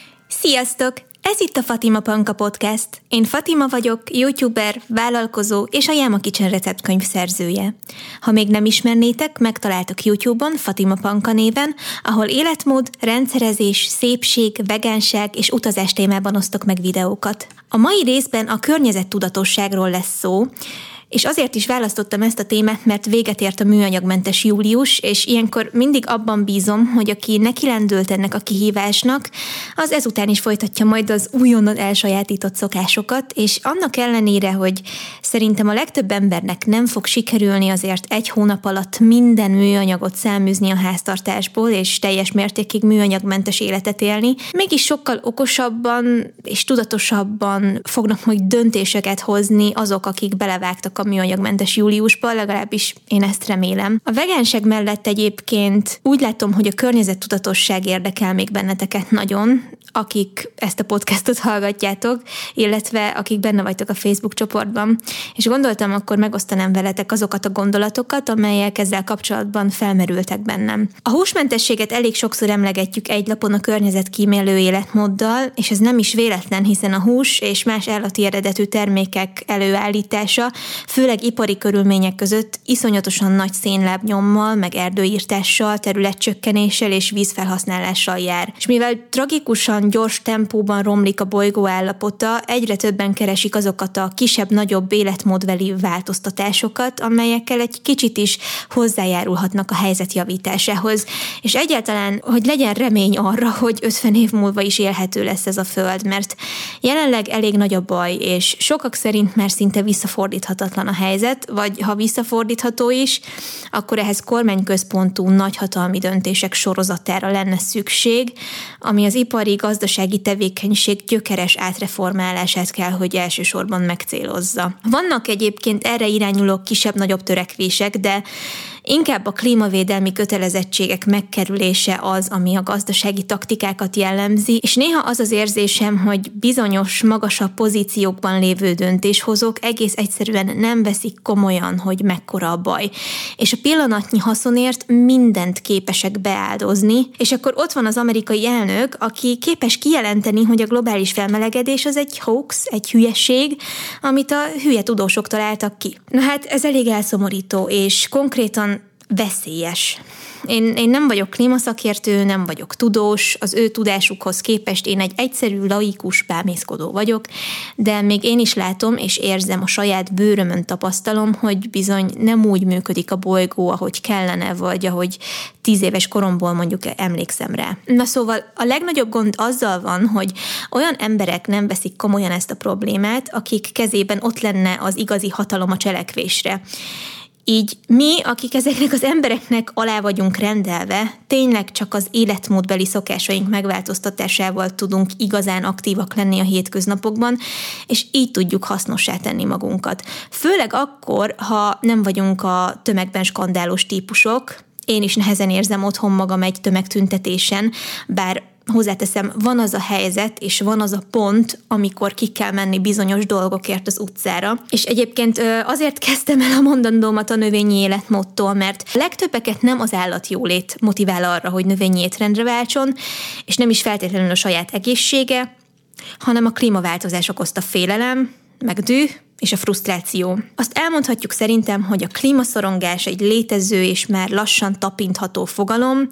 Sziasztok! Ez itt a Fatima Panka Podcast. Én Fatima vagyok, youtuber, vállalkozó és a Jáma Kitchen receptkönyv szerzője. Ha még nem ismernétek, megtaláltok YouTube-on Fatima Panka néven, ahol életmód, rendszerezés, szépség, vegánság és utazás témában osztok meg videókat. A mai részben a környezettudatosságról lesz szó, és azért is választottam ezt a témát, mert véget ért a műanyagmentes július, és ilyenkor mindig abban bízom, hogy aki nekilendült ennek a kihívásnak, az ezután is folytatja majd az újonnan elsajátított szokásokat, és annak ellenére, hogy szerintem a legtöbb embernek nem fog sikerülni azért egy hónap alatt minden műanyagot száműzni a háztartásból, és teljes mértékig műanyagmentes életet élni, mégis sokkal okosabban és tudatosabban fognak majd döntéseket hozni azok, akik belevágtak a műanyagmentes júliusba, legalábbis én ezt remélem. A vegánság mellett egyébként úgy látom, hogy a környezettudatosság érdekel még benneteket nagyon, akik ezt a podcastot hallgatjátok, illetve akik benne vagytok a Facebook csoportban. És gondoltam, akkor megosztanám veletek azokat a gondolatokat, amelyek ezzel kapcsolatban felmerültek bennem. A húsmentességet elég sokszor emlegetjük egy lapon a környezetkímélő életmóddal, és ez nem is véletlen, hiszen a hús és más állati eredetű termékek előállítása főleg ipari körülmények között iszonyatosan nagy szénlábnyommal, meg erdőírtással, területcsökkenéssel és vízfelhasználással jár. És mivel tragikusan gyors tempóban romlik a bolygó állapota, egyre többen keresik azokat a kisebb-nagyobb életmódbeli változtatásokat, amelyekkel egy kicsit is hozzájárulhatnak a helyzet javításához. És egyáltalán, hogy legyen remény arra, hogy 50 év múlva is élhető lesz ez a föld, mert jelenleg elég nagy a baj, és sokak szerint már szinte visszafordíthatatlan a helyzet, vagy ha visszafordítható is, akkor ehhez kormányközpontú nagyhatalmi döntések sorozatára lenne szükség, ami az ipari gazdasági tevékenység gyökeres átreformálását kell, hogy elsősorban megcélozza. Vannak egyébként erre irányuló kisebb-nagyobb törekvések, de inkább a klímavédelmi kötelezettségek megkerülése az, ami a gazdasági taktikákat jellemzi, és néha az az érzésem, hogy bizonyos, magasabb pozíciókban lévő döntéshozók egész egyszerűen nem veszik komolyan, hogy mekkora a baj. És a pillanatnyi haszonért mindent képesek beáldozni, és akkor ott van az amerikai elnök, aki képes kijelenteni, hogy a globális felmelegedés az egy hoax, egy hülyeség, amit a hülye tudósok találtak ki. Na hát ez elég elszomorító, és konkrétan veszélyes. Én nem vagyok klímaszakértő, nem vagyok tudós, az ő tudásukhoz képest én egy egyszerű, laikus bámészkodó vagyok, de még én is látom és érzem, a saját bőrömön tapasztalom, hogy bizony nem úgy működik a bolygó, ahogy kellene, vagy ahogy 10 éves koromból mondjuk emlékszem rá. Na szóval a legnagyobb gond azzal van, hogy olyan emberek nem veszik komolyan ezt a problémát, akik kezében ott lenne az igazi hatalom a cselekvésre. Így mi, akik ezeknek az embereknek alá vagyunk rendelve, tényleg csak az életmódbeli szokásaink megváltoztatásával tudunk igazán aktívak lenni a hétköznapokban, és így tudjuk hasznossá tenni magunkat. Főleg akkor, ha nem vagyunk a tömegben skandálós típusok. Én is nehezen érzem otthon magam egy tömegtüntetésen, bár hozzáteszem, van az a helyzet, és van az a pont, amikor ki kell menni bizonyos dolgokért az utcára. És egyébként azért kezdtem el a mondandómat a növényi életmódtól, mert legtöbbeket nem az állatjólét motivál arra, hogy növényi étrendre váltson, és nem is feltétlenül a saját egészsége, hanem a klímaváltozás okozta félelem, meg düh, és a frusztráció. Azt elmondhatjuk szerintem, hogy a klímaszorongás egy létező és már lassan tapintható fogalom.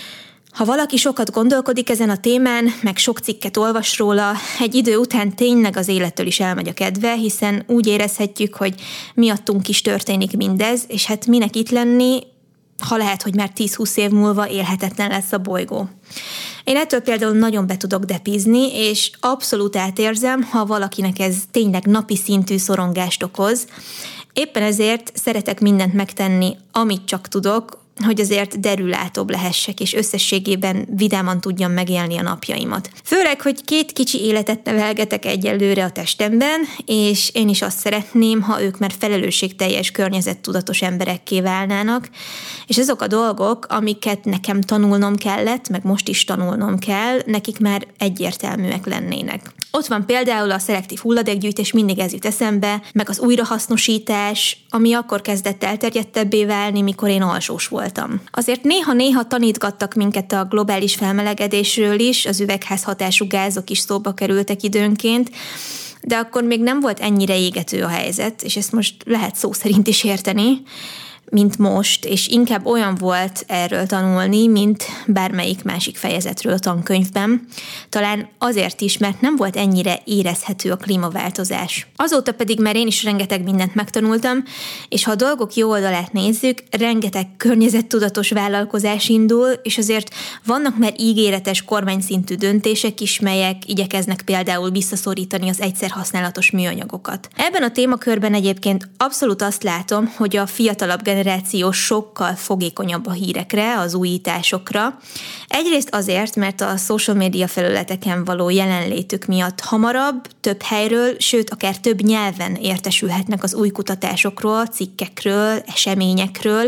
Ha valaki sokat gondolkodik ezen a témán, meg sok cikket olvas róla, egy idő után tényleg az élettől is elmegy a kedve, hiszen úgy érezhetjük, hogy miattunk is történik mindez, és hát minek itt lenni, ha lehet, hogy már 10-20 év múlva élhetetlen lesz a bolygó. Én ettől például nagyon be tudok depizni, és abszolút átérzem, ha valakinek ez tényleg napi szintű szorongást okoz. Éppen ezért szeretek mindent megtenni, amit csak tudok, hogy azért derülátóbb lehessek, és összességében vidáman tudjam megélni a napjaimat. Főleg, hogy 2 kicsi életet nevelgetek egyelőre a testemben, és én is azt szeretném, ha ők már felelősségteljes, környezettudatos emberekké válnának, és azok a dolgok, amiket nekem tanulnom kellett, meg most is tanulnom kell, nekik már egyértelműek lennének. Ott van például a szelektív hulladékgyűjtés, mindig ez jut eszembe, meg az újrahasznosítás, ami akkor kezdett elterjedtebbé válni, mikor én alsós voltam. voltam. Azért néha-néha tanítgattak minket a globális felmelegedésről is, az üvegházhatású gázok is szóba kerültek időnként, de akkor még nem volt ennyire égető a helyzet, és ezt most lehet szó szerint is érteni, mint most, és inkább olyan volt erről tanulni, mint bármelyik másik fejezetről a tankönyvben. Talán azért is, mert nem volt ennyire érezhető a klímaváltozás. Azóta pedig már én is rengeteg mindent megtanultam, és ha a dolgok jó oldalát nézzük, rengeteg környezettudatos vállalkozás indul, és azért vannak már ígéretes kormányszintű döntések is, melyek igyekeznek például visszaszorítani az egyszerhasználatos műanyagokat. Ebben a témakörben egyébként abszolút azt látom, hogy a fiatalabb generáció sokkal fogékonyabb a hírekre, az újításokra. Egyrészt azért, mert a social media felületeken való jelenlétük miatt hamarabb, több helyről, sőt akár több nyelven értesülhetnek az új kutatásokról, cikkekről, eseményekről,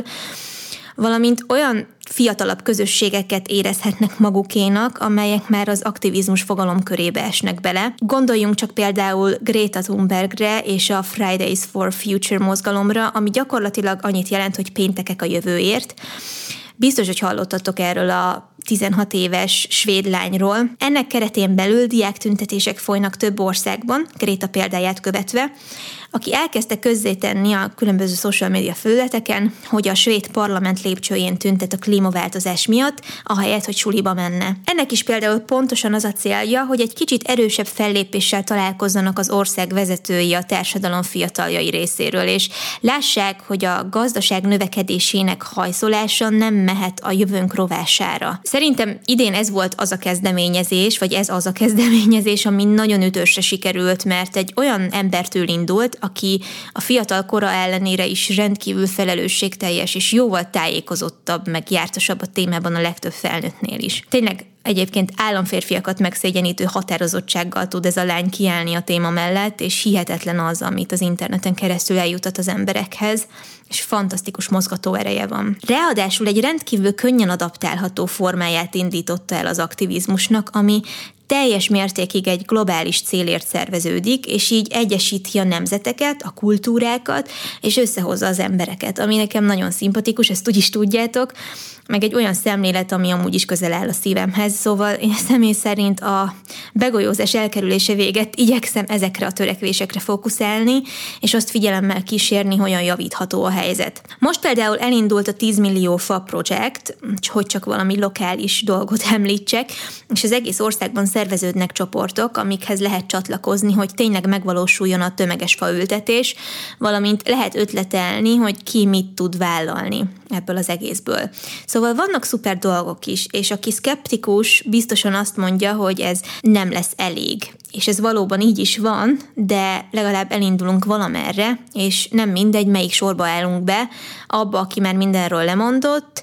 valamint olyan fiatalabb közösségeket érezhetnek magukénak, amelyek már az aktivizmus fogalomkörébe esnek bele. Gondoljunk csak például Greta Thunbergre és a Fridays for Future mozgalomra, ami gyakorlatilag annyit jelent, hogy péntekek a jövőért. Biztos, hogy hallottatok erről a 16 éves svéd lányról. Ennek keretén belül diáktüntetések folynak több országban, Greta példáját követve, aki elkezdte közzétenni a különböző social media felületeken, hogy a svéd parlament lépcsőjén tüntet a klímaváltozás miatt, ahelyett, hogy suliba menne. Ennek is például pontosan az a célja, hogy egy kicsit erősebb fellépéssel találkozzanak az ország vezetői a társadalom fiataljai részéről, és lássák, hogy a gazdaság növekedésének hajszolása nem mehet a jövőnk rovására. Szerintem idén ez volt az a kezdeményezés, vagy ez az a kezdeményezés, ami nagyon ütősre sikerült, mert egy olyan embertől indult, aki a fiatal kora ellenére is rendkívül felelősségteljes és jóval tájékozottabb, meg jártasabb a témában a legtöbb felnőttnél is. Tényleg egyébként államférfiakat megszégyenítő határozottsággal tud ez a lány kiállni a téma mellett, és hihetetlen az, amit az interneten keresztül eljutat az emberekhez, és fantasztikus mozgató ereje van. Ráadásul egy rendkívül könnyen adaptálható formáját indította el az aktivizmusnak, ami teljes mértékig egy globális célért szerveződik, és így egyesíti a nemzeteket, a kultúrákat, és összehozza az embereket, ami nekem nagyon szimpatikus, ezt úgyis tudjátok, meg egy olyan szemlélet, ami amúgy is közel áll a szívemhez, szóval én személy szerint a begolyózás elkerülése véget igyekszem ezekre a törekvésekre fókuszálni, és azt figyelemmel kísérni, hogyan javítható a helyzet. Most például elindult a 10 millió fa projekt, hogy csak valami lokális dolgot említsek, és az egész országban szerveződnek csoportok, amikhez lehet csatlakozni, hogy tényleg megvalósuljon a tömeges faültetés, valamint lehet ötletelni, hogy ki mit tud vállalni ebből az egészből. Szóval vannak szuper dolgok is, és aki szkeptikus, biztosan azt mondja, hogy ez nem lesz elég. És ez valóban így is van, de legalább elindulunk valamerre, és nem mindegy, melyik sorba állunk be, abba, aki már mindenről lemondott,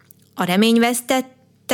a reményvesztett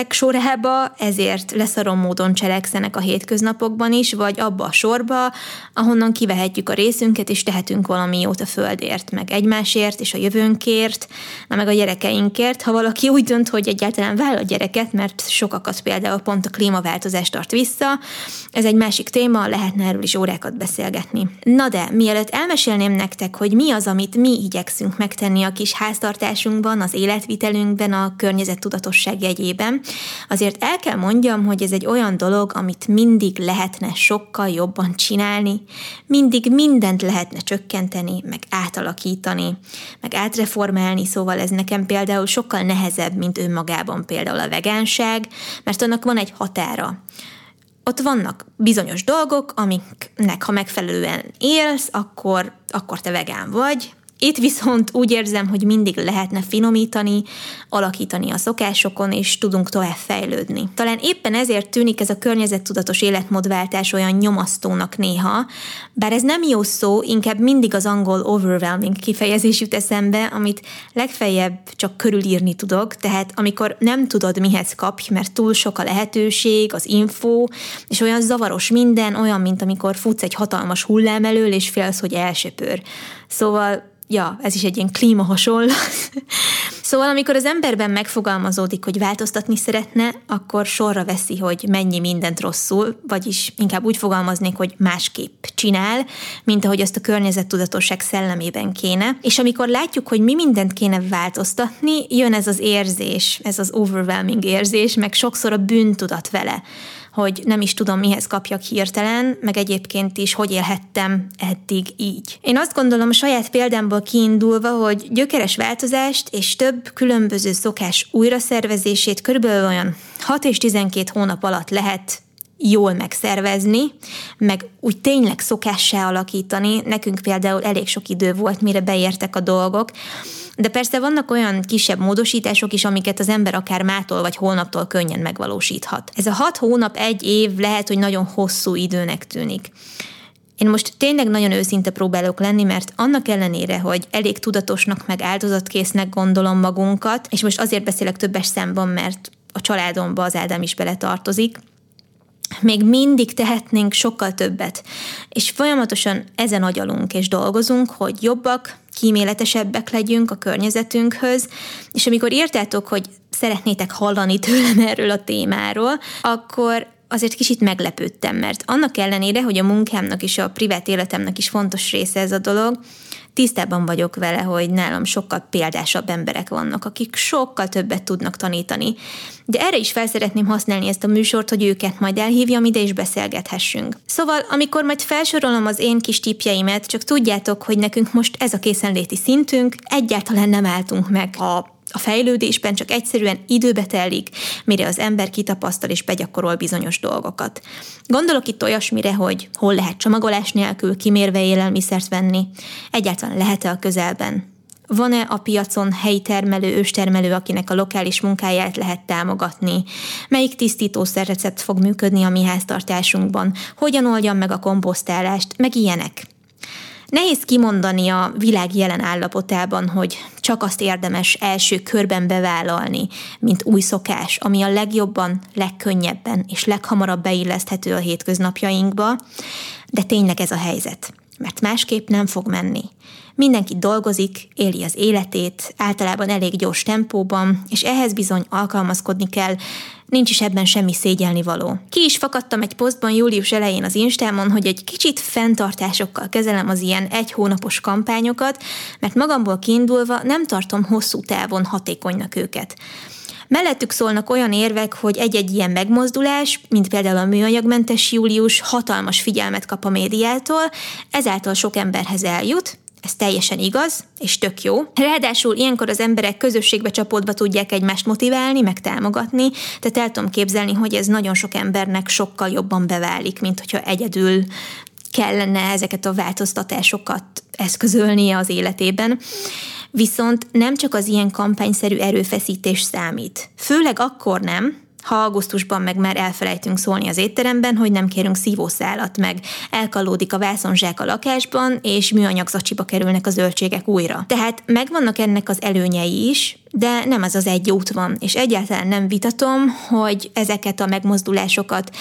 sorába, ezért leszarom módon cselekszenek a hétköznapokban is, vagy abba a sorba, ahonnan kivehetjük a részünket, és tehetünk valami jót a földért, meg egymásért, és a jövőnkért, meg a gyerekeinkért. Ha valaki úgy dönt, hogy egyáltalán vállal gyereket, mert sokakat például pont a klímaváltozás tart vissza, ez egy másik téma, lehetne erről is órákat beszélgetni. Na de, mielőtt elmesélném nektek, hogy mi az, amit mi igyekszünk megtenni a kis háztartásunkban, az életvitelünkben, a környezettudatosság jegyében, azért el kell mondjam, hogy ez egy olyan dolog, amit mindig lehetne sokkal jobban csinálni, mindig mindent lehetne csökkenteni, meg átalakítani, meg átreformálni, szóval ez nekem például sokkal nehezebb, mint önmagában például a vegánság, mert annak van egy határa. Ott vannak bizonyos dolgok, amiknek ha megfelelően élsz, akkor te vegán vagy. Itt viszont úgy érzem, hogy mindig lehetne finomítani, alakítani a szokásokon, és tudunk tovább fejlődni. Talán éppen ezért tűnik ez a környezettudatos életmódváltás olyan nyomasztónak néha, bár ez nem jó szó, inkább mindig az angol overwhelming kifejezés jut eszembe, amit legfeljebb csak körülírni tudok, tehát amikor nem tudod mihez kapj, mert túl sok a lehetőség, az info, és olyan zavaros minden, olyan, mint amikor futsz egy hatalmas hullám elől, és félsz, hogy elsöpör. Szóval ja, ez is egy ilyen klímahasonlat. Szóval amikor az emberben megfogalmazódik, hogy változtatni szeretne, akkor sorra veszi, hogy mennyi mindent rosszul, vagyis inkább úgy fogalmaznék, hogy másképp csinál, mint ahogy azt a környezettudatosság szellemében kéne. És amikor látjuk, hogy mi mindent kéne változtatni, jön ez az érzés, ez az overwhelming érzés, meg sokszor a bűntudat vele, hogy nem is tudom, mihez kapjak hirtelen, meg egyébként is, hogy élhettem eddig így. Én azt gondolom, a saját példámból kiindulva, hogy gyökeres változást és több különböző szokás újraszervezését körülbelül olyan 6 és 12 hónap alatt lehet jól megszervezni, meg úgy tényleg szokássá alakítani. Nekünk például elég sok idő volt, mire beértek a dolgok, de persze vannak olyan kisebb módosítások is, amiket az ember akár mától vagy holnaptól könnyen megvalósíthat. Ez a 6 hónap, 1 év lehet, hogy nagyon hosszú időnek tűnik. Én most tényleg nagyon őszinte próbálok lenni, mert annak ellenére, hogy elég tudatosnak meg áldozatkésznek gondolom magunkat, és most azért beszélek többes számban, mert a családomba az Ádám is beletartozik, még mindig tehetnénk sokkal többet, és folyamatosan ezen agyalunk és dolgozunk, hogy jobbak, kíméletesebbek legyünk a környezetünkhöz, és amikor írtátok, hogy szeretnétek hallani tőlem erről a témáról, akkor azért kicsit meglepődtem, mert annak ellenére, hogy a munkámnak és a privát életemnek is fontos része ez a dolog, tisztában vagyok vele, hogy nálam sokkal példásabb emberek vannak, akik sokkal többet tudnak tanítani. De erre is fel szeretném használni ezt a műsort, hogy őket majd elhívjam ide és beszélgethessünk. Szóval, amikor majd felsorolom az én kis tippjeimet, csak tudjátok, hogy nekünk most ez a készenléti szintünk, egyáltalán nem álltunk meg a fejlődésben, csak egyszerűen időbe telik, mire az ember kitapasztal és begyakorol bizonyos dolgokat. Gondolok itt olyasmire, hogy hol lehet csomagolás nélkül kimérve élelmiszert venni, egyáltalán lehet-e a közelben. Van-e a piacon helyi termelő, őstermelő, akinek a lokális munkáját lehet támogatni? Melyik tisztítószer recept fog működni a mi háztartásunkban? Hogyan oldjam meg a komposztálást? Meg ilyenek. Nehéz kimondani a világ jelen állapotában, hogy csak azt érdemes első körben bevállalni, mint új szokás, ami a legjobban, legkönnyebben és leghamarabb beilleszthető a hétköznapjainkba, de tényleg ez a helyzet, mert másképp nem fog menni. Mindenki dolgozik, éli az életét, általában elég gyors tempóban, és ehhez bizony alkalmazkodni kell, nincs is ebben semmi szégyelnivaló. Ki is fakadtam egy posztban július elején az Instámon, hogy egy kicsit fenntartásokkal kezelem az ilyen 1 hónapos kampányokat, mert magamból kiindulva nem tartom hosszú távon hatékonynak őket. Mellettük szólnak olyan érvek, hogy egy-egy ilyen megmozdulás, mint például a műanyagmentes július, hatalmas figyelmet kap a médiától, ezáltal sok emberhez eljut. Ez teljesen igaz, és tök jó. Ráadásul ilyenkor az emberek közösségbe csapódva tudják egymást motiválni, meg támogatni, tehát el tudom képzelni, hogy ez nagyon sok embernek sokkal jobban beválik, mint hogyha egyedül kellene ezeket a változtatásokat eszközölnie az életében. Viszont nem csak az ilyen kampányszerű erőfeszítés számít. Főleg akkor nem, ha augusztusban meg már elfelejtünk szólni az étteremben, hogy nem kérünk szívószálat, meg elkallódik a vászonzsák a lakásban, és műanyag zacsiba kerülnek a zöldségek újra. Tehát megvannak ennek az előnyei is, de nem az az egy út van, és egyáltalán nem vitatom, hogy ezeket a megmozdulásokat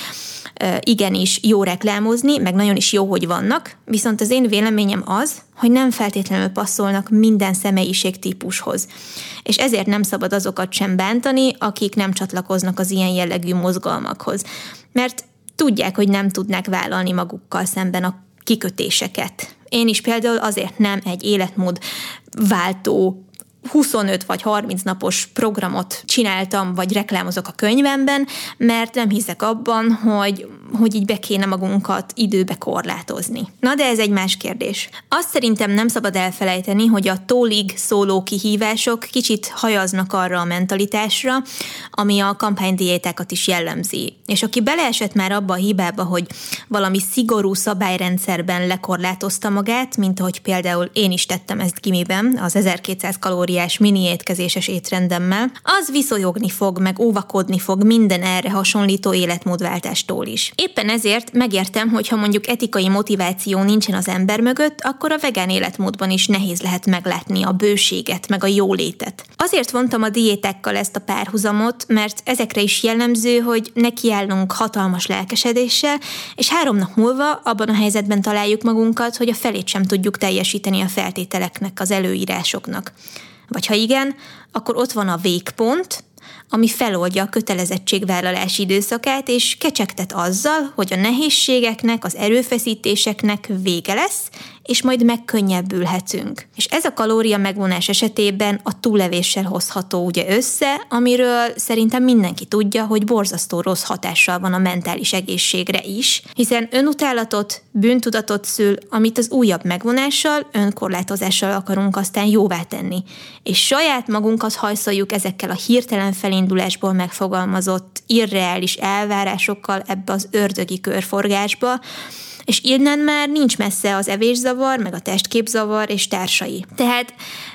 igenis jó reklámozni, meg nagyon is jó, hogy vannak, viszont az én véleményem az, hogy nem feltétlenül passzolnak minden személyiségtípushoz. És ezért nem szabad azokat sem bántani, akik nem csatlakoznak az ilyen jellegű mozgalmakhoz. Mert tudják, hogy nem tudnák vállalni magukkal szemben a kikötéseket. Én is például azért nem egy életmód váltó 25 vagy 30 napos programot csináltam, vagy reklámozok a könyvemben, mert nem hiszek abban, hogy így be kéne magunkat időbe korlátozni. Na de ez egy más kérdés. Azt szerintem nem szabad elfelejteni, hogy a tólig szóló kihívások kicsit hajaznak arra a mentalitásra, ami a kampánydiétákat is jellemzi. És aki beleesett már abba a hibába, hogy valami szigorú szabályrendszerben lekorlátozta magát, mint ahogy például én is tettem ezt gimiben, az 1200 kalóriás mini étkezéses étrendemmel, az viszonyogni fog, meg óvakodni fog minden erre hasonlító életmódváltástól is. Éppen ezért megértem, hogy ha mondjuk etikai motiváció nincsen az ember mögött, akkor a vegán életmódban is nehéz lehet meglátni a bőséget, meg a jólétet. Azért vontam a diétákkal ezt a párhuzamot, mert ezekre is jellemző, hogy nekiállunk hatalmas lelkesedéssel, és 3 nap múlva abban a helyzetben találjuk magunkat, hogy a felét sem tudjuk teljesíteni a feltételeknek, az előírásoknak. Vagy ha igen, akkor ott van a végpont, ami feloldja a kötelezettségvállalási időszakát, és kecsegtet azzal, hogy a nehézségeknek, az erőfeszítéseknek vége lesz, és majd megkönnyebbülhetünk. És ez a kalória megvonás esetében a túlevéssel hozható ugye össze, amiről szerintem mindenki tudja, hogy borzasztó rossz hatással van a mentális egészségre is, hiszen önutálatot, bűntudatot szül, amit az újabb megvonással, önkorlátozással akarunk aztán jóvá tenni. És saját magunkat hajszoljuk ezekkel a hirtelen felindulásból megfogalmazott irreális elvárásokkal ebbe az ördögi körforgásba, és innen már nincs messze az evészavar, meg a testképzavar és társai. Tehát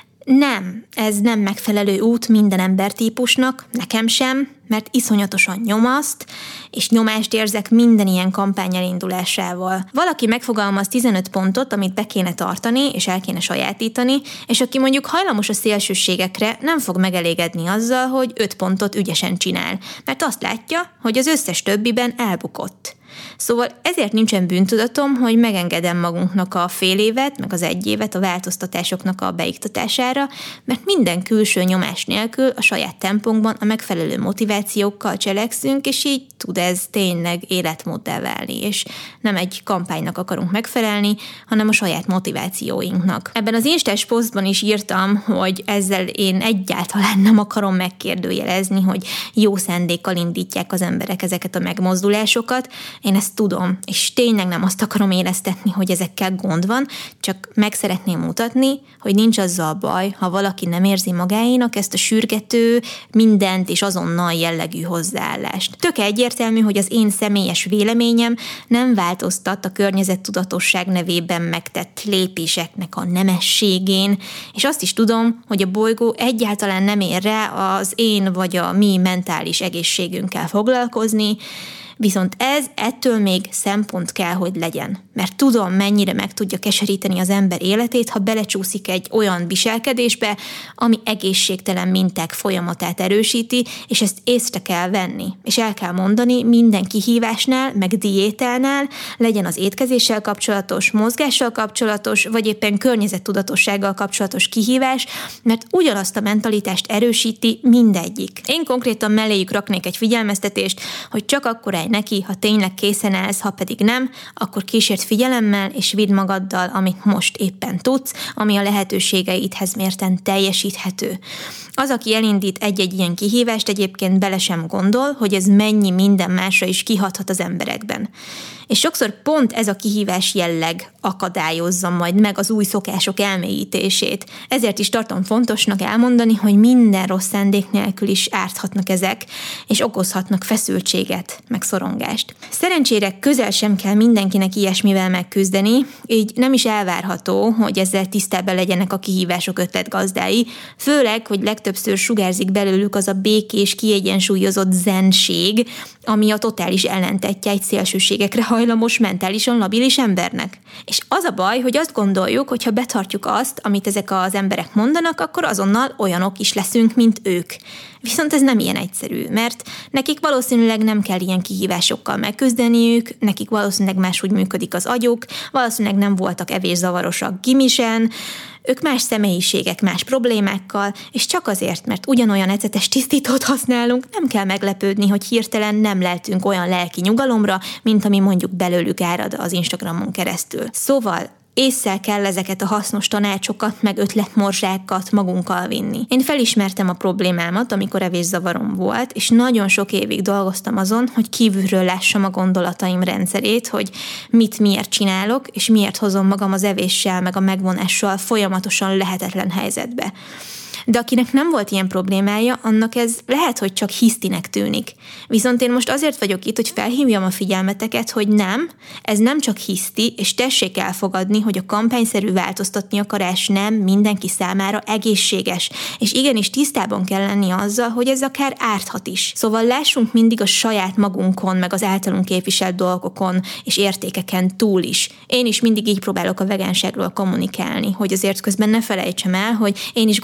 nem, ez nem megfelelő út minden embertípusnak, nekem sem, mert iszonyatosan nyomaszt, és nyomást érzek minden ilyen kampány elindulásával. Valaki megfogalmaz 15 pontot, amit be kéne tartani, és el kéne sajátítani, és aki mondjuk hajlamos a szélsőségekre, nem fog megelégedni azzal, hogy 5 pontot ügyesen csinál, mert azt látja, hogy az összes többiben elbukott. Szóval ezért nincsen bűntudatom, hogy megengedem magunknak a fél évet, meg az 1 évet a változtatásoknak a beiktatására, mert minden külső nyomás nélkül a saját tempónkban a megfelelő motivációkkal cselekszünk, és így tud ez tényleg életmóddá válni, és nem egy kampánynak akarunk megfelelni, hanem a saját motivációinknak. Ebben az Instás posztban is írtam, hogy ezzel én egyáltalán nem akarom megkérdőjelezni, hogy jó szándékkal indítják az emberek ezeket a megmozdulásokat. Én ezt tudom, és tényleg nem azt akarom éreztetni, hogy ezekkel gond van, csak meg szeretném mutatni, hogy nincs azzal baj, ha valaki nem érzi magáénak ezt a sürgető, mindent és azonnal jellegű hozzáállást. Tök egyértelmű, hogy az én személyes véleményem nem változtat a környezettudatosság nevében megtett lépéseknek a nemességén, és azt is tudom, hogy a bolygó egyáltalán nem ér rá az én vagy a mi mentális egészségünkkel foglalkozni, viszont ez ettől még szempont kell, hogy legyen. Mert tudom, mennyire meg tudja keseríteni az ember életét, ha belecsúszik egy olyan viselkedésbe, ami egészségtelen minták folyamatát erősíti, és ezt észre kell venni. És el kell mondani minden kihívásnál, meg diétánál, legyen az étkezéssel kapcsolatos, mozgással kapcsolatos, vagy éppen környezettudatossággal kapcsolatos kihívás, mert ugyanazt a mentalitást erősíti mindegyik. Én konkrétan melléjük raknék egy figyelmeztetést, hogy csak akkor neki, ha tényleg készen állsz, ha pedig nem, akkor kísérd figyelemmel, és vidd magaddal, amit most éppen tudsz, ami a lehetőségeidhez mérten teljesíthető. Az, aki elindít egy-egy ilyen kihívást, egyébként bele sem gondol, hogy ez mennyi minden másra is kihathat az emberekben. És sokszor pont ez a kihívás jelleg akadályozza majd meg az új szokások elmélyítését. Ezért is tartom fontosnak elmondani, hogy minden rossz szándék nélkül is árthatnak ezek, és okozhatnak feszültséget, meg szorongást. Szerencsére közel sem kell mindenkinek ilyesmivel megküzdeni, így nem is elvárható, hogy ezzel tisztában legyenek a kihívások ötletgazdái, főleg, hogy legtöbbször sugárzik belőlük az a békés, kiegyensúlyozott zenség, ami a totális ellentetje egy szélsőségekre hajlamos, mentálisan labilis embernek. És az a baj, hogy azt gondoljuk, hogy ha betartjuk azt, amit ezek az emberek mondanak, akkor azonnal olyanok is leszünk, mint ők. Viszont ez nem ilyen egyszerű, mert nekik valószínűleg nem kell ilyen kihívásokkal megküzdeniük, nekik valószínűleg máshogy működik az agyuk, valószínűleg nem voltak evészavarosak gimisen, ők más személyiségek, más problémákkal, és csak azért, mert ugyanolyan ecetes tisztítót használunk, nem kell meglepődni, hogy hirtelen nem leltünk olyan lelki nyugalomra, mint ami mondjuk belőlük árad az Instagramon keresztül. Szóval ésszel kell ezeket a hasznos tanácsokat, meg ötletmorzsákat magunkkal vinni. Én felismertem a problémámat, amikor evészavarom volt, és nagyon sok évig dolgoztam azon, hogy kívülről lássam a gondolataim rendszerét, hogy mit miért csinálok, és miért hozom magam az evéssel, meg a megvonással folyamatosan lehetetlen helyzetbe. De akinek nem volt ilyen problémája, annak ez lehet, hogy csak hisztinek tűnik. Viszont én most azért vagyok itt, hogy felhívjam a figyelmeteket, hogy nem, ez nem csak hiszti, és tessék elfogadni, hogy a kampányszerű változtatni akarás nem mindenki számára egészséges, és igenis tisztában kell lenni azzal, hogy ez akár árthat is. Szóval lássunk mindig a saját magunkon, meg az általunk képviselt dolgokon és értékeken túl is. Én is mindig így próbálok a vegánságról kommunikálni, hogy azért közben ne felejtsem el, hogy én is gondoltam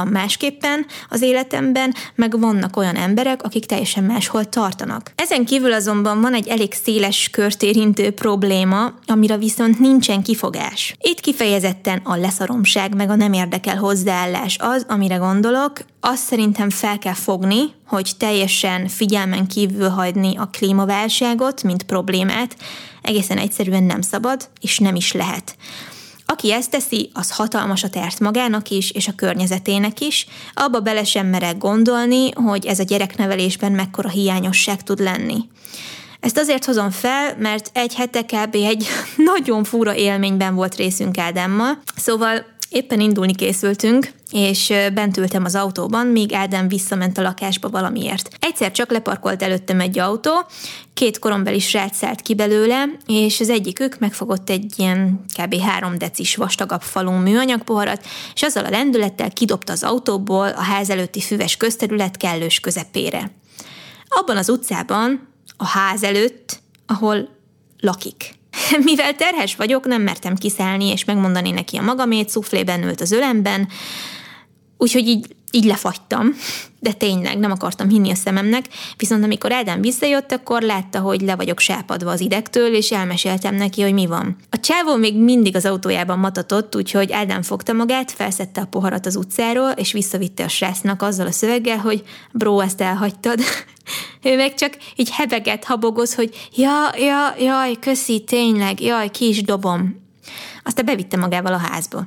van másképpen az életemben, meg vannak olyan emberek, akik teljesen máshol tartanak. Ezen kívül azonban van egy elég széles kört érintő probléma, amire viszont nincsen kifogás. Itt kifejezetten a leszaromság meg a nem érdekel hozzáállás az, amire gondolok. Azt szerintem fel kell fogni, hogy teljesen figyelmen kívül hagyni a klímaválságot, mint problémát, egészen egyszerűen nem szabad, és nem is lehet. Aki ezt teszi, az hatalmasat ért magának is, és a környezetének is. Abba bele sem merek gondolni, hogy ez a gyereknevelésben mekkora hiányosság tud lenni. Ezt azért hozom fel, mert egy hete kb. Egy nagyon fura élményben volt részünk Ádámmal. Szóval éppen indulni készültünk, és bent ültem az autóban, míg Ádám visszament a lakásba valamiért. Egyszer csak leparkolt előttem egy autó, 2 korombeli srác szállt ki belőle, és az egyikük megfogott egy ilyen kb. 3 decis vastagabb falú műanyagpoharat, és azzal a lendülettel kidobta az autóból a ház előtti füves közterület kellős közepére. Abban az utcában, a ház előtt, ahol lakik. Mivel terhes vagyok, nem mertem kiszállni és megmondani neki a magamét, szuflében ült az ölemben, úgyhogy így lefagytam, de tényleg nem akartam hinni a szememnek, viszont amikor Ádám visszajött, akkor látta, hogy le vagyok sápadva az idegtől, és elmeséltem neki, hogy mi van. A csávó még mindig az autójában matatott, úgyhogy Ádám fogta magát, felszedte a poharat az utcáról, és visszavitte a srácnak azzal a szöveggel, hogy bro, ezt elhagytad. Ő meg csak így hebeget, habogoz, hogy jaj, köszi, tényleg, jaj, ki is dobom. Aztán bevitte magával a házba.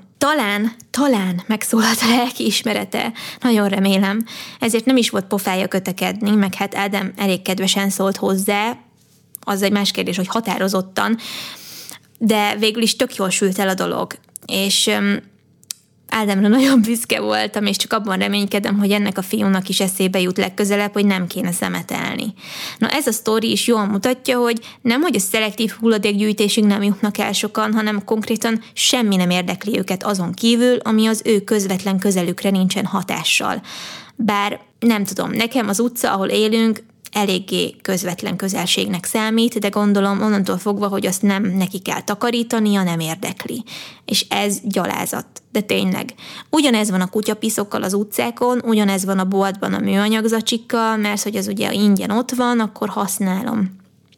Talán megszólalt a lelki ismerete, nagyon remélem. Ezért nem is volt pofája kötekedni, meg hát Ádám elég kedvesen szólt hozzá, az egy más kérdés, hogy határozottan, de végül is tök jól sült el a dolog. És Ádámra nagyon büszke voltam, és csak abban reménykedem, hogy ennek a fiúnak is eszébe jut legközelebb, hogy nem kéne szemetelni. Na ez a sztori is jól mutatja, hogy nemhogy a szelektív hulladékgyűjtésig nem jutnak el sokan, hanem konkrétan semmi nem érdekli őket azon kívül, ami az ő közvetlen közelükre nincsen hatással. Bár nem tudom, nekem az utca, ahol élünk, eléggé közvetlen közelségnek számít, de gondolom onnantól fogva, hogy azt nem neki kell takarítania, nem érdekli. És ez gyalázat. De tényleg. Ugyanez van a kutyapiszokkal az utcákon, ugyanez van a boltban a műanyagzacsikkal, mert hogy az ugye ingyen ott van, akkor használom.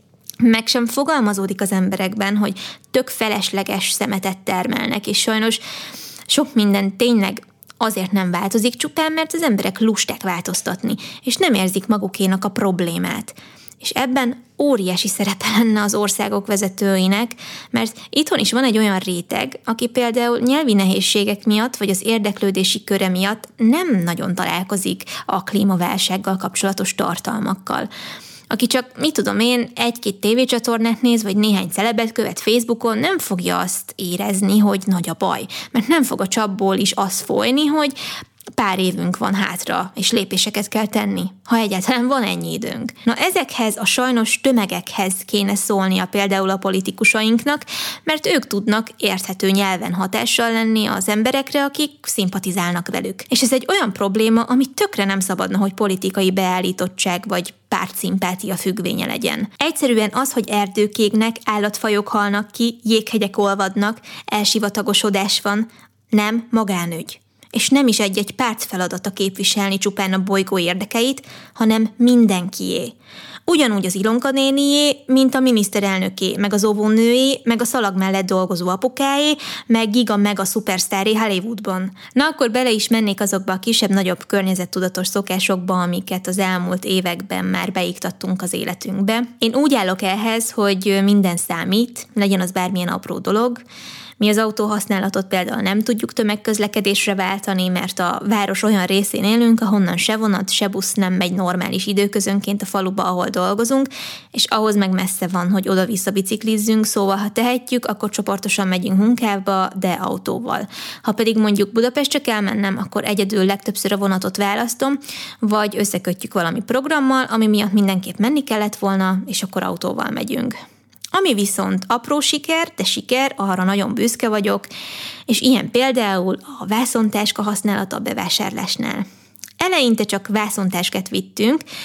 Meg sem fogalmazódik az emberekben, hogy tök felesleges szemetet termelnek, és sajnos sok minden tényleg azért nem változik csupán, mert az emberek lusták változtatni, és nem érzik magukénak a problémát. És ebben óriási szerepe lenne az országok vezetőinek, mert itthon is van egy olyan réteg, aki például nyelvi nehézségek miatt, vagy az érdeklődési köre miatt nem nagyon találkozik a klímaválsággal kapcsolatos tartalmakkal. Aki csak, mit tudom én, 1-2 tévécsatornát néz, vagy néhány celebet követ Facebookon, nem fogja azt érezni, hogy nagy a baj. Mert nem fog a csapból is az folyni, hogy pár évünk van hátra, és lépéseket kell tenni, ha egyáltalán van ennyi időnk. Na ezekhez a sajnos tömegekhez kéne szólnia például a politikusainknak, mert ők tudnak érthető nyelven hatással lenni az emberekre, akik szimpatizálnak velük. És ez egy olyan probléma, ami tökre nem szabadna, hogy politikai beállítottság vagy pártszimpátia függvénye legyen. Egyszerűen az, hogy erdők égnek, állatfajok halnak ki, jéghegyek olvadnak, elsivatagosodás van, nem magánügy. És nem is egy párt feladata képviselni csupán a bolygó érdekeit, hanem mindenkié. Ugyanúgy az Ilonka nénié, mint a miniszterelnöké, meg az óvónőé, meg a szalag mellett dolgozó apukáé, meg giga meg a szupersztáré Hollywoodban. Na akkor bele is mennék azokba a kisebb-nagyobb környezettudatos szokásokba, amiket az elmúlt években már beiktattunk az életünkbe. Én úgy állok ehhez, hogy minden számít, legyen az bármilyen apró dolog. Mi az autóhasználatot például nem tudjuk tömegközlekedésre váltani, mert a város olyan részén élünk, ahonnan se vonat, se busz nem megy normális időközönként a faluba, ahol dolgozunk, és ahhoz meg messze van, hogy oda-vissza biciklizzünk, szóval ha tehetjük, akkor csoportosan megyünk munkába, de autóval. Ha pedig mondjuk Budapestre kell mennem, akkor egyedül legtöbbször a vonatot választom, vagy összekötjük valami programmal, ami miatt mindenképp menni kellett volna, és akkor autóval megyünk. Ami viszont apró siker, de siker, arra nagyon büszke vagyok, és ilyen például a vászontáska használata a bevásárlásnál. Eleinte csak vászontáskát vittünk,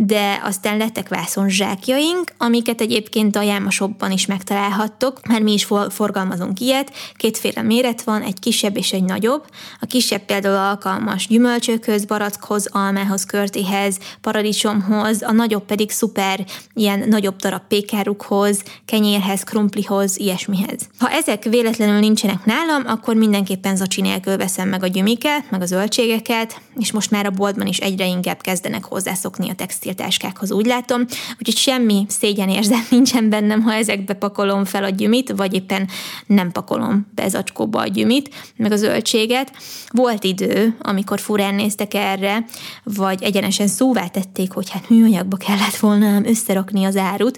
de aztán lettek vászonzsákjaink, amiket egyébként a Jáma-shopban is megtalálhattok, mert mi is forgalmazunk ilyet, kétféle méret van, egy kisebb és egy nagyobb. A kisebb például alkalmas gyümölcsökhöz, barackhoz, almához, körtéhez, paradicsomhoz, a nagyobb pedig szuper ilyen nagyobb darab pékárukhoz, kenyérhez, krumplihoz, ilyesmihez. Ha ezek véletlenül nincsenek nálam, akkor mindenképpen zacsi nélkül veszem meg a gyümiket, meg a zöldségeket, és most már a boltban is egyre inkább kezdenek hozzászokni a textiltáskákhoz, úgy látom, úgyhogy semmi szégyenérzet nincsen bennem, ha ezekbe pakolom fel a gyümit, vagy éppen nem pakolom be zacskóba a gyümit, meg a zöldséget. Volt idő, amikor furán néztek erre, vagy egyenesen szóvá tették, hogy hát műanyagba kellett volna összerakni az árut,